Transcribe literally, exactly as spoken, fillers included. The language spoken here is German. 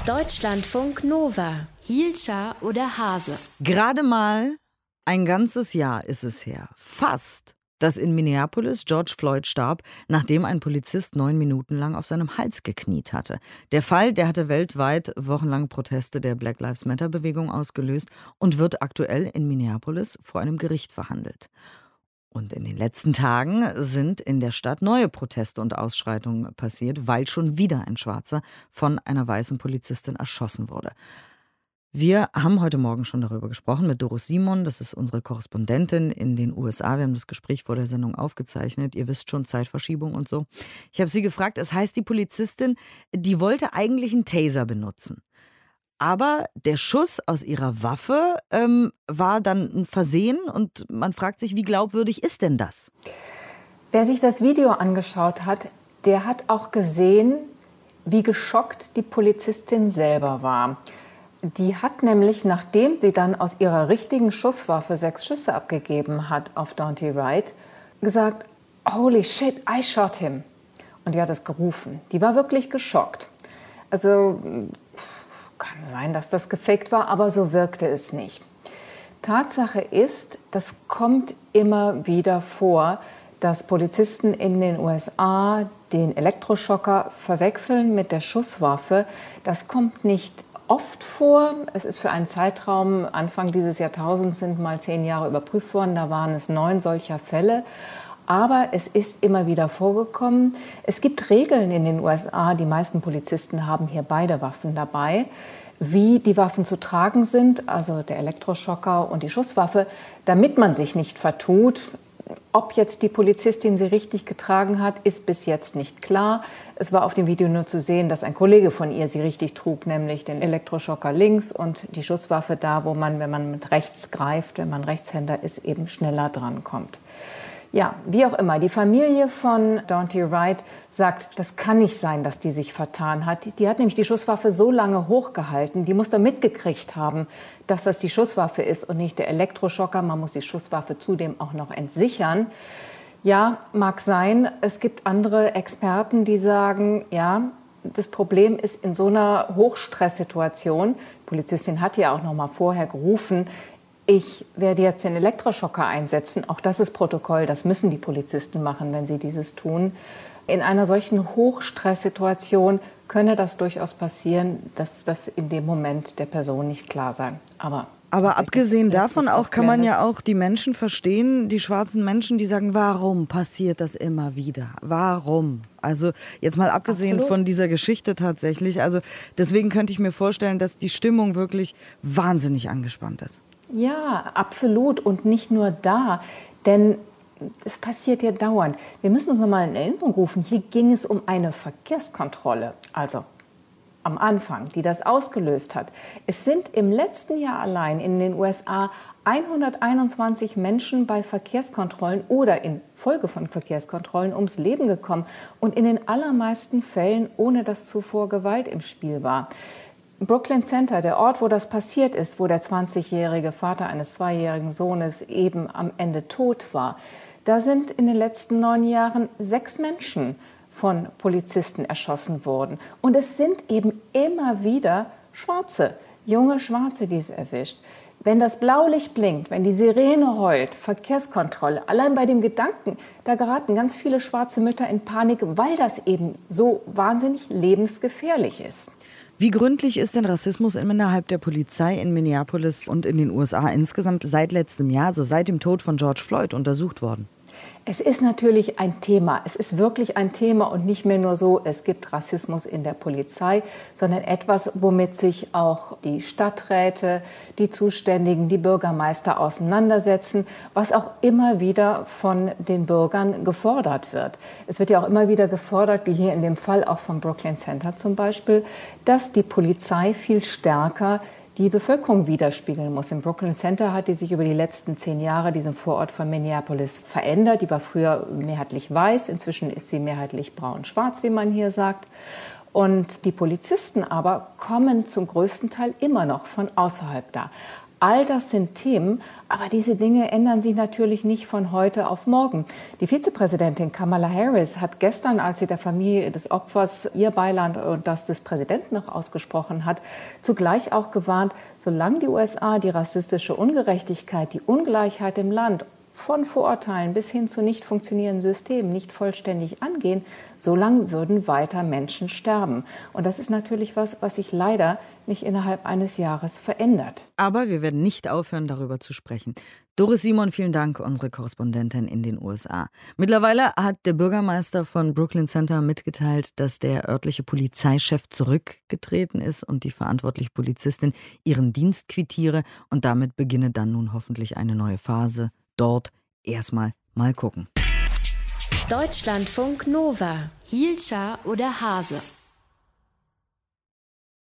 Deutschlandfunk Nova. Hielscher oder Hase? Gerade mal ein ganzes Jahr ist es her. Fast. Dass in Minneapolis George Floyd starb, nachdem ein Polizist neun Minuten lang auf seinem Hals gekniet hatte. Der Fall, der hatte weltweit wochenlang Proteste der Black Lives Matter-Bewegung ausgelöst und wird aktuell in Minneapolis vor einem Gericht verhandelt. Und in den letzten Tagen sind in der Stadt neue Proteste und Ausschreitungen passiert, weil schon wieder ein Schwarzer von einer weißen Polizistin erschossen wurde. Wir haben heute Morgen schon darüber gesprochen mit Doris Simon, das ist unsere Korrespondentin in den U S A. Wir haben das Gespräch vor der Sendung aufgezeichnet. Ihr wisst schon, Zeitverschiebung und so. Ich habe sie gefragt, es heißt, die Polizistin, die wollte eigentlich einen Taser benutzen. Aber der Schuss aus ihrer Waffe ähm, war dann ein Versehen und man fragt sich, wie glaubwürdig ist denn das? Wer sich das Video angeschaut hat, der hat auch gesehen, wie geschockt die Polizistin selber war. Die hat nämlich, nachdem sie dann aus ihrer richtigen Schusswaffe sechs Schüsse abgegeben hat auf Daunte Wright, gesagt, holy shit, I shot him. Und die hat es gerufen. Die war wirklich geschockt. Also kann sein, dass das gefaked war, aber so wirkte es nicht. Tatsache ist, das kommt immer wieder vor, dass Polizisten in den U S A den Elektroschocker verwechseln mit der Schusswaffe. Das kommt nicht oft vor. Es ist für einen Zeitraum, Anfang dieses Jahrtausends sind mal zehn Jahre überprüft worden, da waren es neun solcher Fälle. Aber es ist immer wieder vorgekommen. Es gibt Regeln in den U S A, die meisten Polizisten haben hier beide Waffen dabei, wie die Waffen zu tragen sind, also der Elektroschocker und die Schusswaffe, damit man sich nicht vertut. Ob jetzt die Polizistin sie richtig getragen hat, ist bis jetzt nicht klar. Es war auf dem Video nur zu sehen, dass ein Kollege von ihr sie richtig trug, nämlich den Elektroschocker links und die Schusswaffe da, wo man, wenn man mit rechts greift, wenn man Rechtshänder ist, eben schneller drankommt. Ja, wie auch immer, die Familie von Daunte Wright sagt, das kann nicht sein, dass die sich vertan hat. Die hat nämlich die Schusswaffe so lange hochgehalten, die muss doch mitgekriegt haben, dass das die Schusswaffe ist und nicht der Elektroschocker. Man muss die Schusswaffe zudem auch noch entsichern. Ja, mag sein. Es gibt andere Experten, die sagen, ja, das Problem ist in so einer Hochstresssituation, die Polizistin hat ja auch noch mal vorher gerufen, ich werde jetzt den Elektroschocker einsetzen. Auch das ist Protokoll, das müssen die Polizisten machen, wenn sie dieses tun. In einer solchen Hochstresssituation könne das durchaus passieren, dass das in dem Moment der Person nicht klar sei. Aber, Aber abgesehen davon auch kann man ja auch die Menschen verstehen, die schwarzen Menschen, die sagen, warum passiert das immer wieder? Warum? Also jetzt mal abgesehen Absolut. Von dieser Geschichte tatsächlich. Also deswegen könnte ich mir vorstellen, dass die Stimmung wirklich wahnsinnig angespannt ist. Ja, absolut. Und nicht nur da, denn es passiert ja dauernd. Wir müssen uns noch mal in Erinnerung rufen, hier ging es um eine Verkehrskontrolle, also am Anfang, die das ausgelöst hat. Es sind im letzten Jahr allein in den U S A hunderteinundzwanzig Menschen bei Verkehrskontrollen oder infolge von Verkehrskontrollen ums Leben gekommen. Und in den allermeisten Fällen, ohne dass zuvor Gewalt im Spiel war. Brooklyn Center, der Ort, wo das passiert ist, wo der zwanzigjährige Vater eines zweijährigen Sohnes eben am Ende tot war, da sind in den letzten neun Jahren sechs Menschen von Polizisten erschossen worden. Und es sind eben immer wieder Schwarze, junge Schwarze, die es erwischt. Wenn das Blaulicht blinkt, wenn die Sirene heult, Verkehrskontrolle, allein bei dem Gedanken, da geraten ganz viele schwarze Mütter in Panik, weil das eben so wahnsinnig lebensgefährlich ist. Wie gründlich ist denn Rassismus innerhalb der Polizei in Minneapolis und in den U S A insgesamt seit letztem Jahr, so seit dem Tod von George Floyd, untersucht worden? Es ist natürlich ein Thema. Es ist wirklich ein Thema und nicht mehr nur so, es gibt Rassismus in der Polizei, sondern etwas, womit sich auch die Stadträte, die Zuständigen, die Bürgermeister auseinandersetzen, was auch immer wieder von den Bürgern gefordert wird. Es wird ja auch immer wieder gefordert, wie hier in dem Fall auch vom Brooklyn Center zum Beispiel, dass die Polizei viel stärker die Bevölkerung widerspiegeln muss. Im Brooklyn Center hat die sich über die letzten zehn Jahre, diesem Vorort von Minneapolis, verändert. Die war früher mehrheitlich weiß, inzwischen ist sie mehrheitlich braun-schwarz, wie man hier sagt. Und die Polizisten aber kommen zum größten Teil immer noch von außerhalb da. All das sind Themen, aber diese Dinge ändern sich natürlich nicht von heute auf morgen. Die Vizepräsidentin Kamala Harris hat gestern, als sie der Familie des Opfers ihr Beileid und das des Präsidenten noch ausgesprochen hat, zugleich auch gewarnt, solange die U S A die rassistische Ungerechtigkeit, die Ungleichheit im Land von Vorurteilen bis hin zu nicht funktionierenden Systemen nicht vollständig angehen, solange würden weiter Menschen sterben. Und das ist natürlich was, was sich leider nicht innerhalb eines Jahres verändert. Aber wir werden nicht aufhören, darüber zu sprechen. Doris Simon, vielen Dank, unsere Korrespondentin in den U S A. Mittlerweile hat der Bürgermeister von Brooklyn Center mitgeteilt, dass der örtliche Polizeichef zurückgetreten ist und die verantwortliche Polizistin ihren Dienst quittiere. Und damit beginne dann nun hoffentlich eine neue Phase. Dort erstmal mal gucken. Deutschlandfunk Nova. Hielscher oder Hase?